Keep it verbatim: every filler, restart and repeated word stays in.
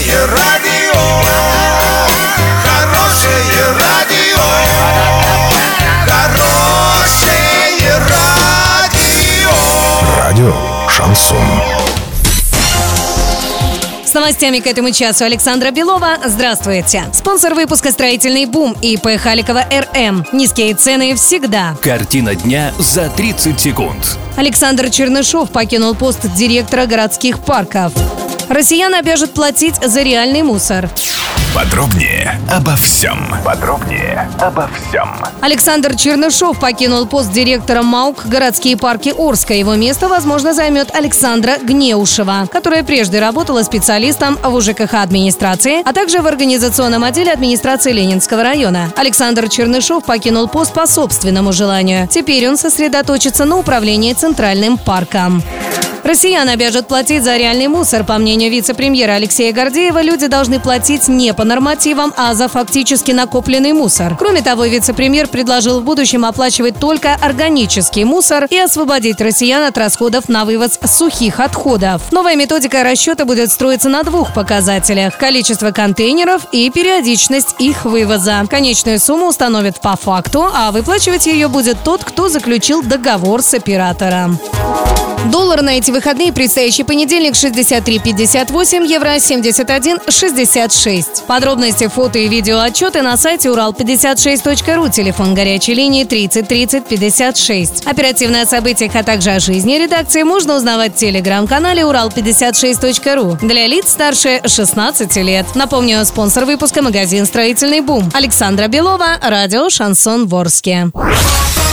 Хорошее радио, хорошее радио, хорошее радио. Радио Шансон. С новостями к этому часу Александра Белова. Здравствуйте. Спонсор выпуска «Строительный бум» ИП Халикова РМ. Низкие цены всегда. Картина дня за тридцать секунд. Александр Чернышов покинул пост директора городских парков. Россиян обяжут платить за реальный мусор. Подробнее обо всем. Подробнее обо всем. Александр Чернышов покинул пост директора МАУК «Городские парки Орска». Его место, возможно, займет Александра Гнеушева, которая прежде работала специалистом в УЖКХ администрации, а также в организационном отделе администрации Ленинского района. Александр Чернышов покинул пост по собственному желанию. Теперь он сосредоточится на управлении Центральным парком. Россиян обяжут платить за реальный мусор. По мнению вице-премьера Алексея Гордеева, люди должны платить не по нормативам, а за фактически накопленный мусор. Кроме того, вице-премьер предложил в будущем оплачивать только органический мусор и освободить россиян от расходов на вывоз сухих отходов. Новая методика расчета будет строиться на двух показателях – количество контейнеров и периодичность их вывоза. Конечную сумму установят по факту, а выплачивать ее будет тот, кто заключил договор с оператором. Доллар на эти выходные, предстоящий понедельник, шестьдесят три пятьдесят восемь, евро семьдесят один шестьдесят шесть. Подробности, фото и видео отчеты на сайте урал пятьдесят шесть точка ру, телефон горячей линии тридцать тридцать пятьдесят шесть. Оперативно о событиях, а также о жизни редакции можно узнавать в телеграм-канале урал пятьдесят шесть точка ру для лиц старше шестнадцати лет. Напомню, спонсор выпуска — магазин «Строительный бум». Александра Белова, радио «Шансон» в Орске.